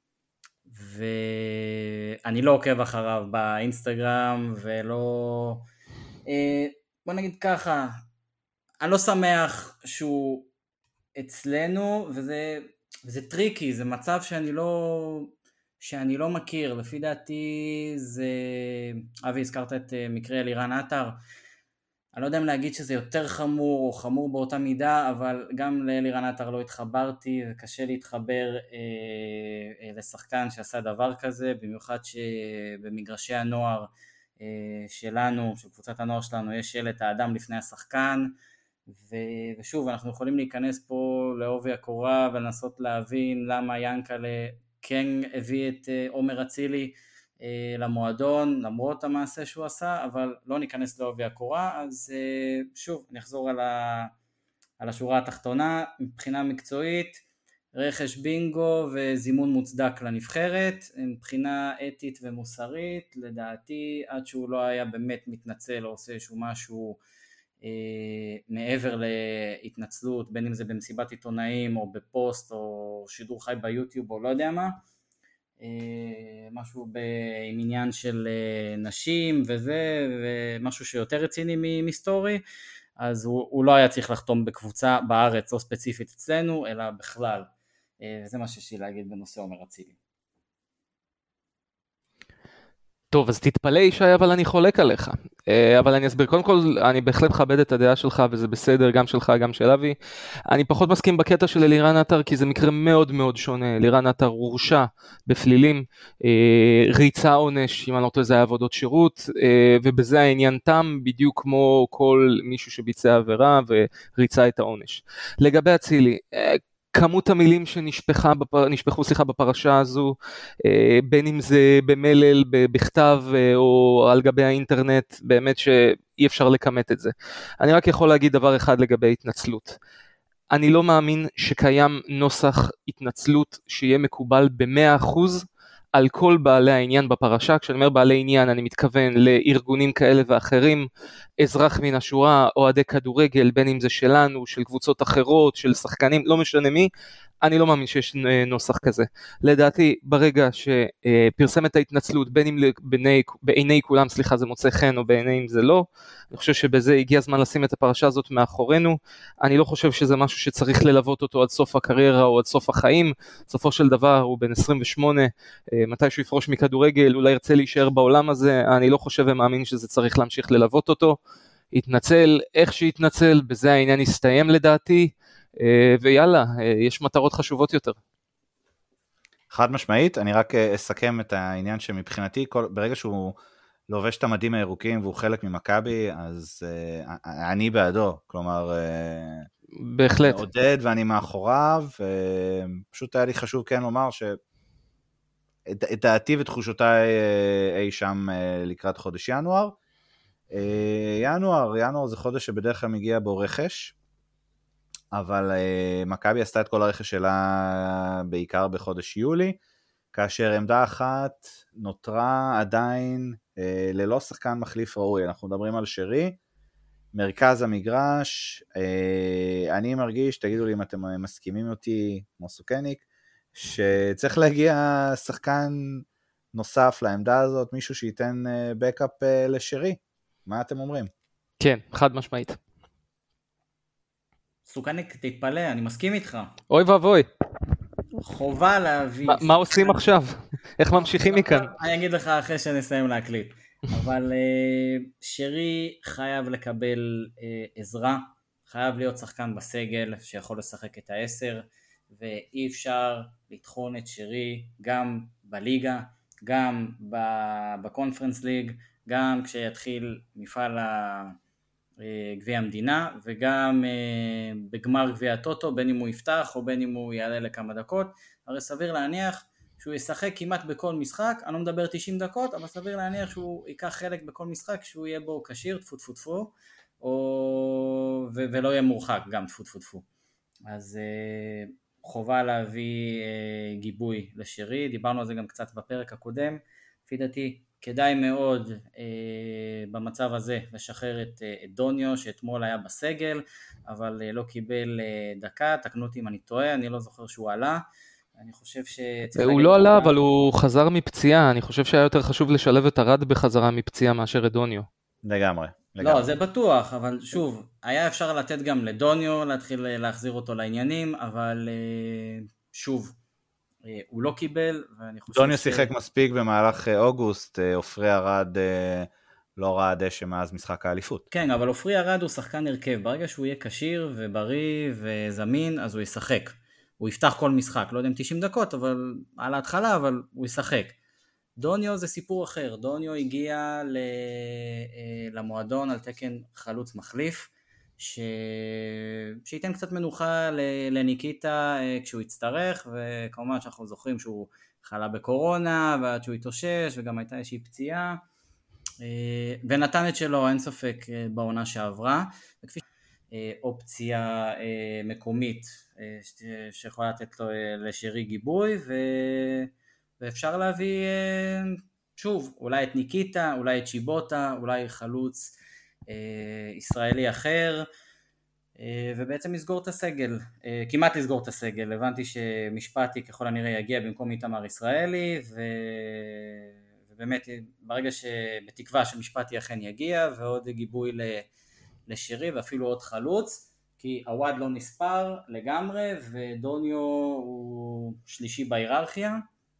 ואני לא עוקב אחריו באינסטגרם, ולא, בוא נגיד ככה, אני לא שמח שהוא אצלנו, וזה, וזה טריקי, זה מצב שאני לא, שאני לא מכיר. לפי דעתי זה, אבי, הזכרת את מקרה אלירן עטר, אני לא יודע אם להגיד שזה יותר חמור או חמור באותה מידה, אבל גם לאלירן עטר לא התחברתי, וקשה להתחבר אה, אה, לשחקן שעשה דבר כזה, במיוחד שבמגרשי הנוער אה, שלנו, של קבוצת הנוער שלנו, יש שלט האדם לפני השחקן, ו, ושוב, אנחנו יכולים להיכנס פה לעובי הקורה ולנסות להבין למה ינקלה כן הביא את עומר אצילי למועדון, למרות המעשה שהוא עשה, אבל לא ניכנס לעובי הקורה. אז שוב, נחזור על, ה, על השורה התחתונה, מבחינה מקצועית, רכש בינגו וזימון מוצדק לנבחרת, מבחינה אתית ומוסרית, לדעתי, עד שהוא לא היה באמת מתנצל או עושה שהוא משהו מעבר להתנצלות, בין אם זה במסיבת עיתונאים או בפוסט או שידור חי ביוטיוב או לא יודע מה, משהו עם עניין של נשים וזה, ומשהו שיותר רציני מסטורי, אז הוא, הוא לא היה צריך לחתום בקבוצה בארץ או ספציפית אצלנו, אלא בכלל. וזה מה שיש לי להגיד בנושא עומר אצילי. טוב, אז תתפלא ישי, אבל אני חולק עליך. אבל אני אסביר, קודם כל, אני בהחלט מכבד את הדעה שלך, וזה בסדר, גם שלך, גם של אבי. אני פחות מסכים בקטע של אלירן עטר, כי זה מקרה מאוד מאוד שונה. אלירן עטר הורשע בפלילים, ריצה עונש, אם אני לא טועה, זה היה עבודות שירות, ובזה העניין תם, בדיוק כמו כל מישהו שביצע עבירה, וריצה את העונש. לגבי אצילי, כמות המילים שנשפחה, נשפחו סליחה בפרשה הזו, בין אם זה במלל, בכתב או על גבי האינטרנט, באמת שאי אפשר לקמת את זה. אני רק יכול להגיד דבר אחד לגבי התנצלות. אני לא מאמין שקיים נוסח התנצלות שיהיה מקובל ב-מאה אחוז על כל בעלי העניין בפרשה. כשאני אומר בעלי עניין, אני מתכוון לארגונים כאלה ואחרים, אזרח מן השורה, אוהדי כדורגל, בין אם זה שלנו, של קבוצות אחרות, של שחקנים, לא משנה מי, אני לא מאמין שיש נוסח כזה. לדעתי, ברגע שפרסם את ההתנצלות, בין אם בעיני, בעיני כולם, סליחה, זה מוצא חן, או בעיניהם זה לא, אני חושב שבזה הגיע הזמן לשים את הפרשה הזאת מאחורינו. אני לא חושב שזה משהו שצריך ללוות אותו עד סוף הקריירה, או עד סוף החיים. סופו של דבר, הוא בן עשרים ושמונה, מתי שהוא יפרוש מכדורגל, אולי ירצה להישאר בעולם הזה, אני לא חושב ומאמין שזה צריך להמשיך ללוות אותו. התנצל, איך שהתנצל, בזה העניין יסתיים לדעתי, ויאללה, יש מטרות חשובות יותר. חד משמעית, אני רק אסכם את העניין שמבחינתי, כל, ברגע שהוא לובש את המדים הירוקים והוא חלק ממכבי, אז uh, אני בעדו, כלומר, uh, בהחלט. עודד ואני מאחוריו, ופשוט היה לי חשוב כן לומר ש... את, את דעתי ותחושותיי uh, אי שם uh, לקראת חודש ינואר. Uh, ינואר, ינואר זה חודש שבדרך כלל מגיע בו רכש, אבל uh, מכבי עשתה את כל הרכש שלה בעיקר בחודש יולי, כאשר עמדה אחת נותרה עדיין uh, ללא שחקן מחליף ראוי. אנחנו מדברים על שרי, מרכז המגרש. uh, אני מרגיש, תגידו לי אם אתם מסכימים אותי כמו סוכניק, שצריך להגיע שחקן נוסף לעמדה הזאת, מישהו שייתן uh, בקאפ uh, לשרי. מה אתם אומרים? כן, חד משמעית. סוכניק, תתפלא, אני מסכים איתך. אוי ואבוי. חובה להביא. מה, מה עושים עכשיו? איך ממשיכים מכאן? אני אגיד לך אחרי שנסיים להקליט. אבל uh, שרי חייב לקבל uh, עזרה, חייב להיות שחקן בסגל שיכול לשחק את העשר, ואי אפשר לתחון את שרי גם בליגה, גם בקונפרנס ליג, גם כשיתחיל מפעל גביע המדינה, וגם בגמר גביע הטוטו, בין אם הוא יפתח או בין אם הוא יעלה לכמה דקות. הרי סביר להניח שהוא ישחק כמעט בכל משחק, אני לא מדבר תשעים דקות, אבל סביר להניח שהוא ייקח חלק בכל משחק שהוא יהיה בו קשיר, תפו תפו תפו, או... ו- ולא יהיה מורחק, גם תפו תפו תפו. אז uh, חובה להביא uh, גיבוי לשרי, דיברנו על זה גם קצת בפרק הקודם, לפי דעתי כדאי מאוד אה, במצב הזה לשחרר את, אה, את דוניו שאתמול היה בסגל אבל אה, לא קיבל אה, דקה, תקנו אותי אם אני טועה, אני לא זוכר שהוא עלה, אני חושב שצריך הוא להגיד לא עלה לכולם... אבל הוא חזר מפציעה, אני חושב שהיה יותר חשוב לשלב את ארד בחזרה מפציעה מאשר את דוניו. לגמרי. לגמרי. לא, זה בטוח, אבל שוב, היה אפשר לתת גם לדוניו, להתחיל להחזיר אותו לעניינים, אבל אה, שוב, הוא לא קיבל, ואני חושב דוניו ש... שיחק מספיק במהלך אוגוסט, עופרי ארד לא ראה דשא מאז משחק האליפות. כן, אבל עופרי ארד הוא שחקן הרכב, ברגע שהוא יהיה כשיר ובריא וזמין, אז הוא ישחק. הוא יפתח כל משחק, לא יודע אם תשעים דקות, אבל על ההתחלה, אבל הוא ישחק. דוניו זה סיפור אחר, דוניו הגיע למועדון על תקן חלוץ מחליף, ש... שייתן קצת מנוחה לניקיטה כשהוא יצטרך, וכמובן שאנחנו זוכרים שהוא חלה בקורונה, ועד שהוא התאושש, וגם הייתה איזושהי פציעה, ונתן את שלו, אין ספק, בעונה שעברה, וכפי אופציה מקומית, שיכולה לתת לו לשרי גיבוי, ו... ואפשר להביא, שוב, אולי את ניקיטה, אולי את שיבוטה, אולי חלוץ ישראלי אחר, ובעצם לסגור את הסגל, כמעט לסגור את הסגל, הבנתי שמשפטי ככל הנראה יגיע במקום איתמר ישראלי, ו... ובאמת ברגע שבתקווה שמשפטי אכן יגיע, ועוד גיבוי לשרי ואפילו עוד חלוץ, כי הוואד לא נספר לגמרי, ודוניו הוא שלישי בהיררכיה,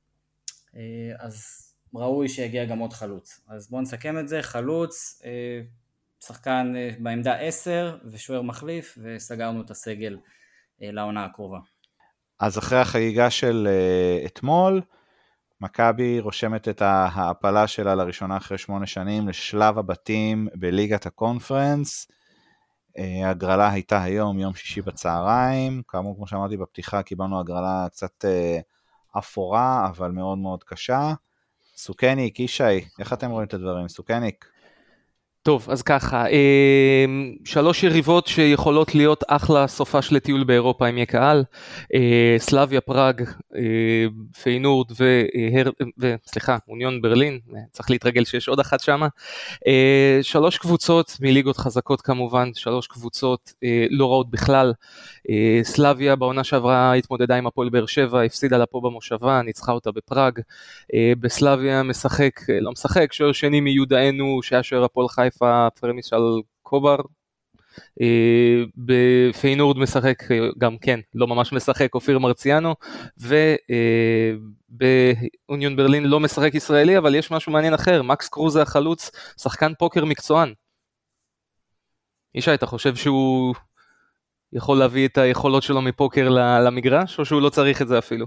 אז ראוי שיגיע גם עוד חלוץ. אז בואו נסכם את זה, חלוץ, שחקן בעמדה עשר ושוער מחליף, וסגרנו את הסגל לעונה הקרובה. אז אחרי החגיגה של אתמול, מכבי רושמת את ההעפלה שלה לראשונה אחרי שמונה שנים לשלב הבתים בליגת הקונפרנס. הגרלה הייתה היום, יום שישי בצהריים, כאמור כמו שאמרתי בפתיחה, קיבלנו הגרלה קצת אפורה, אבל מאוד מאוד קשה. סוכני, קישי, איך אתם רואים את הדברים? סוכניק. טוב, אז ככה, שלוש יריבות שיכולות להיות אחלה סופה של טיול באירופה עם יקהל, סלאביה פראג, פיינורד וסליחה, אוניון ברלין, צריך להתרגל שיש עוד אחת שמה, שלוש קבוצות מליגות חזקות כמובן, שלוש קבוצות לא רעות בכלל, סלאביה בעונה שעברה התמודדה עם הפועל באר שבע, הפסידה לה פה במושבה, ניצחה אותה בפראג, בסלאביה משחק, לא משחק, שוער שני מיודענו שהיה שוער הפועל חיפה, פרמיס על קובר, בפיינורד משחק גם כן, לא ממש משחק, אופיר מרציאנו, ובאוניון ברלין לא משחק ישראלי, אבל יש משהו מעניין אחר, מקס קרוזה החלוץ, שחקן פוקר מקצוען. ישי, אתה חושב שהוא יכול להביא את היכולות שלו מפוקר למגרש, או שהוא לא צריך את זה אפילו?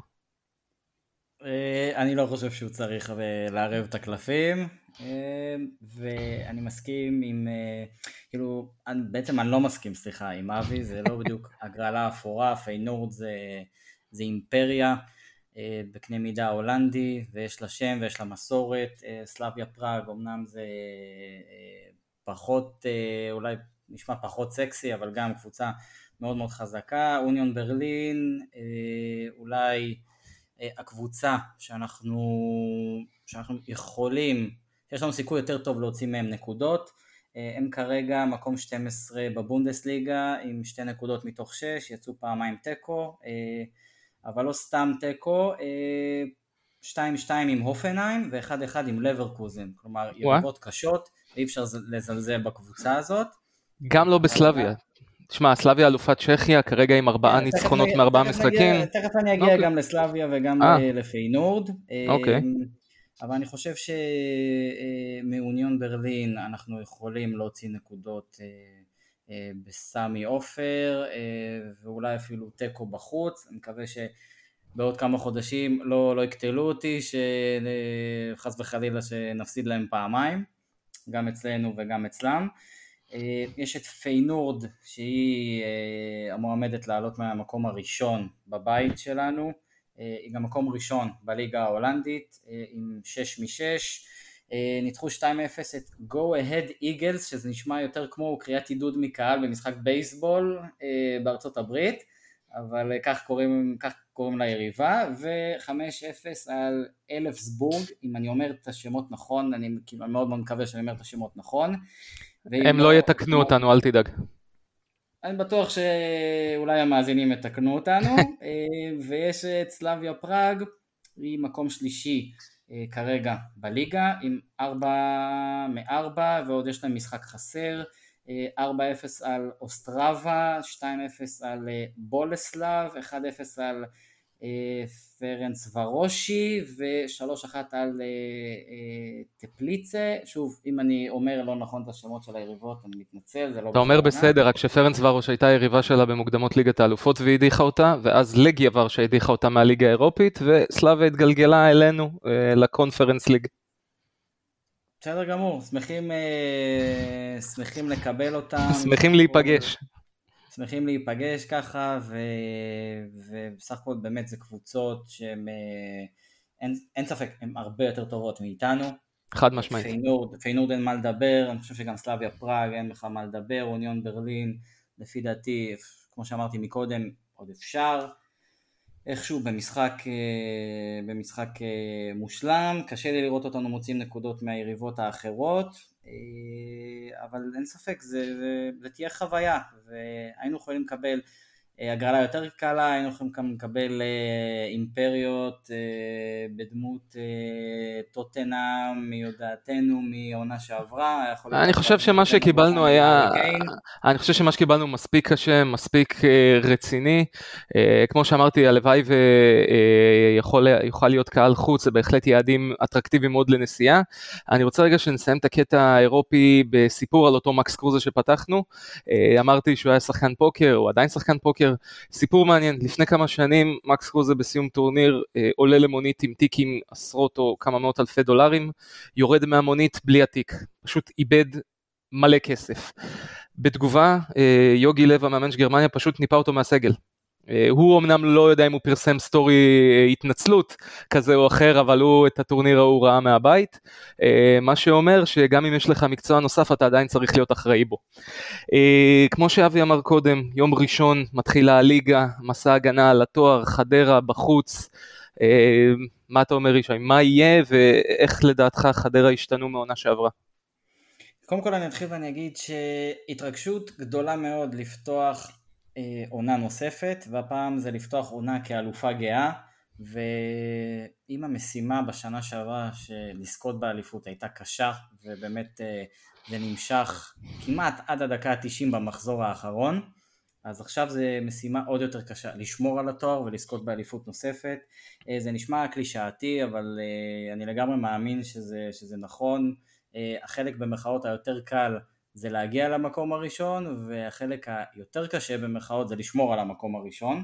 אני לא חושב שהוא צריך לערב את הקלפים, ואני מסכים עם, כאילו, בעצם אני לא מסכים, סליחה, עם אבי, זה לא בדיוק הגרלה אפורה, פיינורד זה, זה אימפריה, בקנה מידה הולנדי, ויש לה שם ויש לה מסורת, סלאביה פראג, אמנם זה פחות, אולי נשמע פחות סקסי, אבל גם קבוצה מאוד מאוד חזקה, אוניון ברלין, אולי הקבוצה שאנחנו, שאנחנו יכולים, יש לנו סיכוי יותר טוב להוציא מהם נקודות, הם כרגע מקום שתים עשרה בבונדסליגה עם שתי נקודות מתוך שש, יצאו פעמיים טקו, אבל לא סתם טקו, שתיים שתיים עם הופנהיים ואחד אחד עם לברקוזן, כלומר יריבות קשות, אי אפשר לזלזל בקבוצה הזאת. גם לא בסלאביה. תשמע, סלאביה אלופת צ'כיה, כרגע עם ארבעה ניצחונות מארבעה משחקים. תכף אני אגיע גם לסלאביה וגם לפיינורד. אוקיי. אבל אני חושב שמאוניון ברלין אנחנו יכולים להוציא נקודות בסמי אופר, ואולי אפילו טקו בחוץ. אני מקווה שבעוד כמה חודשים לא, לא יקטלו אותי, שחס וחלילה שנפסיד להם פעמיים, גם אצלנו וגם אצלם. יש את פיינורד שהיא המועמדת לעלות מהמקום הראשון בבית שלנו, היא גם מקום ראשון בליגה ההולנדית עם שש משש, ניצחו שתיים אפס את Go Ahead Eagles, שזה נשמע יותר כמו קריאת עידוד מקהל במשחק בייסבול בארצות הברית, אבל כך קוראים, כך קוראים לה יריבה, ו-חמש אפס על אלפסבורג, אם אני אומר את השמות נכון, אני מאוד מאוד מקווה שאני אומר את השמות נכון. הם לא יתקנו אותנו, אל תדאג. אני בטוח שאולי המאזינים יתקנו אותנו, ויש את סלאביה פראג, היא מקום שלישי כרגע בליגה, עם ארבע מארבע, ועוד יש להם משחק חסר, ארבע אפס על אוסטרבה, שתיים אפס על בולסלב, אחד אפס על פרנס ורושי, ו-שלוש אחת על טפליצה. שוב, אם אני אומר לא נכון את השמות של היריבות, אני מתנצל, זה לא... אתה אומר בסדר, רק שפרנס ורוש הייתה יריבה שלה במוקדמות ליגת האלופות והדיחה אותה, ואז לגיה ורשה הדיחה אותה מהליגה האירופית, וסלאביה התגלגלה אלינו לקונפרנס ליג. בסדר גמור, שמחים, שמחים לקבל אותם. שמחים להיפגש. שמחים להיפגש ככה, ו... ובסך הכל באמת זה קבוצות שהן, אין, אין ספק, הן הרבה יותר טובות מאיתנו. חד משמעית. פיינורד, פיינורד אין מה לדבר, אני חושב שגם סלאביה פראג אין בכלל מה לדבר, אוניון ברלין, לפי דעתי, כמו שאמרתי מקודם, עוד אפשר. איכשהו במשחק, במשחק מושלם, קשה לי לראות אותנו מוצאים נקודות מהיריבות האחרות, אבל אין ספק, זה, זה, זה תהיה חוויה, והיינו יכולים לקבל הגרלה יותר קלה, היינו יכולים לקבל אימפריות בדמות טוטנהאם מיודעתנו מעונה שעברה. אני חושב שמה שקיבלנו היה, אני חושב שמה שקיבלנו מספיק קשה, מספיק רציני, כמו שאמרתי, הלוואי ויוכל להיות קהל חוץ, זה בהחלט יעדים אטרקטיביים מאוד לנסיעה. אני רוצה רגע שנסיים את הקטע האירופי בסיפור על אותו מקס קרוזה שפתחנו, אמרתי שהוא היה שחקן פוקר, הוא עדיין שחקן פוקר, סיפור מעניין, לפני כמה שנים מקס קרוזה בסיום טורניר אה, עולה למונית עם טיקים עשרות או כמה מאות אלפי דולרים, יורד מהמונית בלי התיק, פשוט איבד מלא כסף. בתגובה אה, יוגי לב המאמן של גרמניה פשוט ניפה אותו מהסגל. אה, הוא אמנם לא יודע אם הוא פרסם סטורי אה, התנצלות כזה או אחר, אבל הוא את הטורניר ההוא ראה מהבית, אה, מה שאומר שגם אם יש לך מקצוע נוסף אתה עדיין צריך להיות אחראי בו. Uh, כמו שאבי אמר קודם, יום ראשון מתחילה הליגה, מסע הגנה על התואר, חדרה בחוץ, uh, מה אתה אומר ישי, מה יהיה ואיך לדעתך חדרה השתנו מעונה שעברה? קודם כל אני אתחיל ואני אגיד שהתרגשות גדולה מאוד לפתוח uh, עונה נוספת, והפעם זה לפתוח עונה כאלופה גאה, ואם המשימה בשנה שעברה שלזכות באליפות הייתה קשה, ובאמת uh, זה נמשך כמעט עד הדקה ה-תשעים במחזור האחרון, אז עכשיו זה משימה עוד יותר קשה, לשמור על התואר ולזכות באליפות נוספת. זה נשמע קלישאתי, אבל אני לגמרי מאמין שזה, שזה נכון. החלק במחאות היותר קל זה להגיע למקום הראשון, והחלק היותר קשה במחאות זה לשמור על המקום הראשון.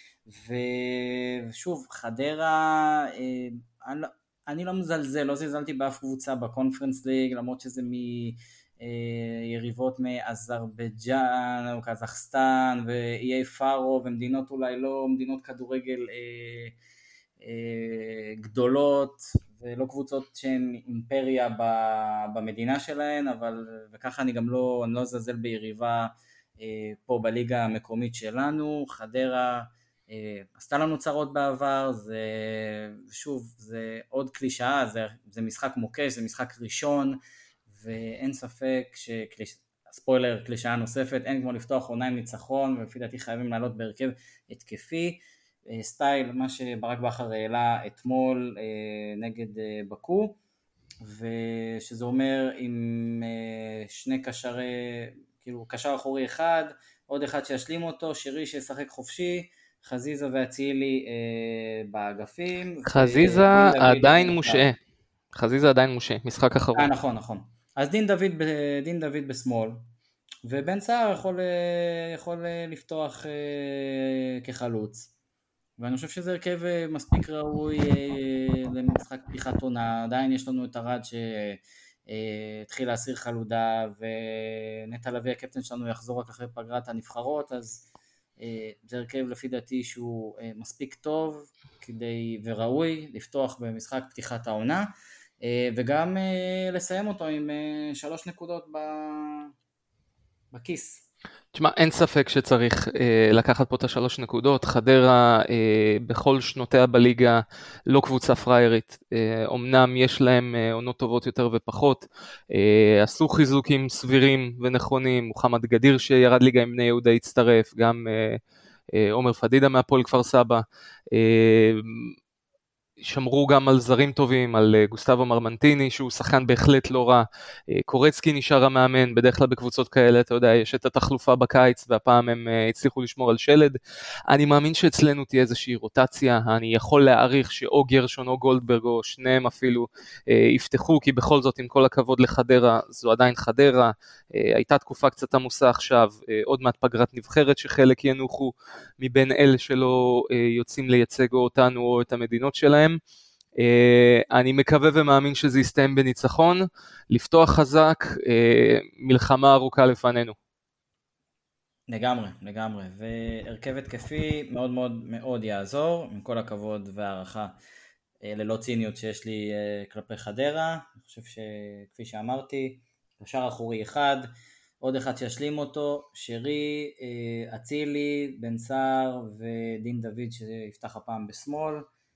ושוב, חדרה, אני לא מזלזל, לא זלזלתי באף קבוצה בקונפרנס ליג, למרות שזה מיריבות מאזרבייג'אן או קזחסטן ואיי פארו ומדינות אולי לא מדינות כדורגל אה, אה, גדולות, ולא קבוצות שהן אימפריה במדינה שלהן, אבל וככה אני גם לא, אני לא זלזל ביריבה אה, פה בליגה המקומית שלנו. חדרה עשתה לנו צרות בעבר, זה, שוב, זה עוד קלישאה, זה, זה משחק מוקש, זה משחק ראשון, ואין ספק שספוילר, קלישאה נוספת, אין כמו לפתוח עונה עם ניצחון, ולפי דעתי חייבים לעלות בהרכב התקפי, סטייל, מה שברק בכר העלה אתמול נגד בקו, ושזה אומר עם שני קשרי, כאילו קשר אחורי אחד, עוד אחד שישלים אותו, שירי שישחק חופשי, חזיזה ואצילי אה, באגפים. חזיזה עדיין מושעה. חזיזה עדיין מושעה, משחק אחרון. אה, נכון, נכון. אז דין דוד, דין דוד בשמאל, ובן סער יכול, יכול לפתוח אה, כחלוץ. ואני חושב שזה הרכב מספיק ראוי אה, למשחק פתיחת עונה. עדיין יש לנו את הרד שהתחיל אה, להסיר חלודה, ונטע לביא הקפטן שלנו יחזור רק אחרי פגרת הנבחרות, אז זה הרכב לפי דעתי שהוא מספיק טוב כדי וראוי לפתוח במשחק פתיחת העונה, וגם לסיים אותו עם שלוש נקודות בכיס. תשמע, אין ספק שצריך אה, לקחת פה את השלוש נקודות. חדרה אה, בכל שנותיה בליגה לא קבוצה פריירית. אה, אומנם יש להם אה, עונות טובות יותר ופחות. אה, עשו חיזוקים סבירים ונכונים. מוחמד גדיר שירד ליגה עם בני יהודה הצטרף. גם אה, אה, עומר פדידה מהפועל כפר סבא. אה, שמרו גם על זרים טובים, על גוסטבו מרמנטיני, שהוא שחקן בהחלט לא רע, קורצקי נשאר המאמן, בדרך כלל בקבוצות כאלה, אתה יודע, יש את התחלופה בקיץ, והפעם הם הצליחו לשמור על שלד. אני מאמין שאצלנו תהיה איזושהי רוטציה, אני יכול להעריך שאו גרשון או גולדברג, או שניהם אפילו, יפתחו, כי בכל זאת, עם כל הכבוד לחדרה, זו עדיין חדרה, הייתה תקופה קצת עמוסה עכשיו, עוד מעט פגרת נבחרת שחלק ינוחו, מבין אלה שלא יוצאים לייצג אותנו או את המדינות שלהם. אני מקווה ומאמין שזה יסתיים בניצחון, לפתוח חזק, מלחמה ארוכה לפנינו. לגמרי, לגמרי, והרכב התקפי מאוד מאוד מאוד יעזור, עם כל הכבוד והערכה ללא ציניות שיש לי כלפי חדרה. אני חושב שכפי שאמרתי, קשר אחורי אחד, עוד אחד שישלים אותו, שרי, אצילי, בן סער ודין דוד שיפתח הפעם בשמאל,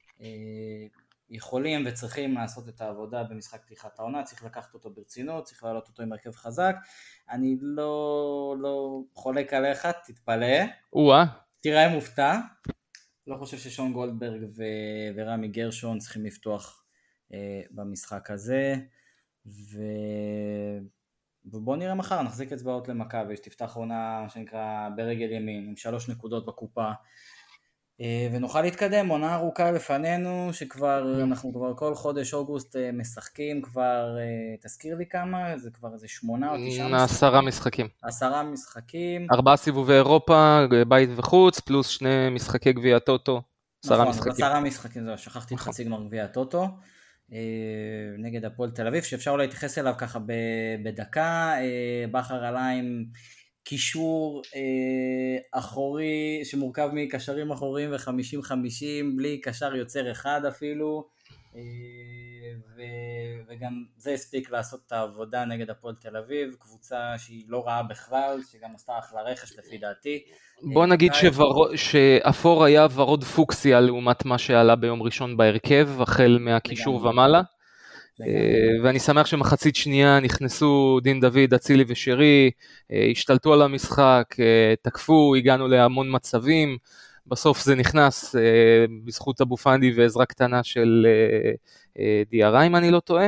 יכולים וצריכים לעשות את העבודה במשחק פתיחת העונה, צריך לקחת אותו ברצינות, צריך להעלות אותו עם הרכב חזק. אני לא, לא חולק עליך, תתפלא, וואה. תראה מופתע, לא חושב ששון גולדברג ו... ורמי גרשון צריכים לפתוח אה, במשחק הזה, ו... ובוא נראה מחר, נחזיק אצבעות למכבי, שתפתח עונה שנקרא ברגל ימין, עם שלוש נקודות בקופה, ונוכל להתקדם. עונה ארוכה לפנינו, שכבר אנחנו כבר כל חודש אוגוסט משחקים, כבר תזכיר לי כמה, זה כבר איזה שמונה או תשעה משחקים. עשרה משחקים. עשרה משחקים. ארבעה סיבובי אירופה, בית וחוץ, פלוס שני משחקי גביע טוטו. נכון, עשרה משחקים, זה שכחתי את חצי גמר גביע טוטו. נגד הפועל תל אביב, שאפשר אולי להתייחס אליו ככה בדקה. בכר עלה עם קישור אה, אחורי שמורכב מקשרים אחוריים ו-חמישים חמישים, בלי קשר יוצר אחד אפילו, אה, ו- וגם זה הספיק לעשות את העבודה נגד הפועל תל אביב, קבוצה שהיא לא רעה בכלל, שגם עשתה אחלה רכש לפי דעתי. בוא נגיד שוור... שאפור היה ורוד פוקסיה לעומת מה שעלה ביום ראשון בהרכב, החל מהקישור ומעלה. ואני שמח שמחצית שנייה נכנסו דין דוד, אצילי ושרי, השתלטו על המשחק, תקפו, הגענו להמון מצבים, בסוף זה נכנס בזכות אבו פנדי ועזרה קטנה של דיארה אם אני לא טועה,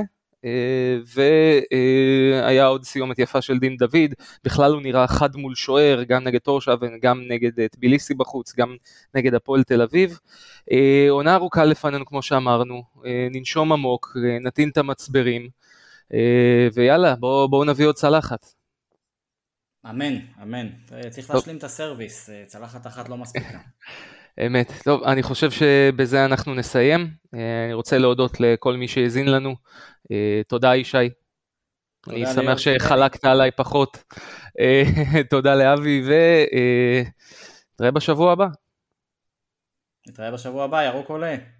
והיה עוד סיומת יפה של דין דוד, בכלל הוא נראה חד מול שוער, גם נגד תורשה וגם נגד טביליסי בחוץ, גם נגד הפועל תל אביב. עונה ארוכה לפנינו כמו שאמרנו, ננשום עמוק, נתין את המצברים, ויאללה בואו בוא נביא עוד צלחת. אמן, אמן, צריך להשלים את הסרוויס, צלחת אחת לא מספיקה. אמת, טוב, אני חושב שבזה אנחנו נסיים, אני רוצה להודות לכל מי שהזין לנו, תודה ישי, אני שמח שחלקת עליי פחות, תודה לאבי, ונתראה בשבוע הבא. נתראה בשבוע הבא, ירוק עולה.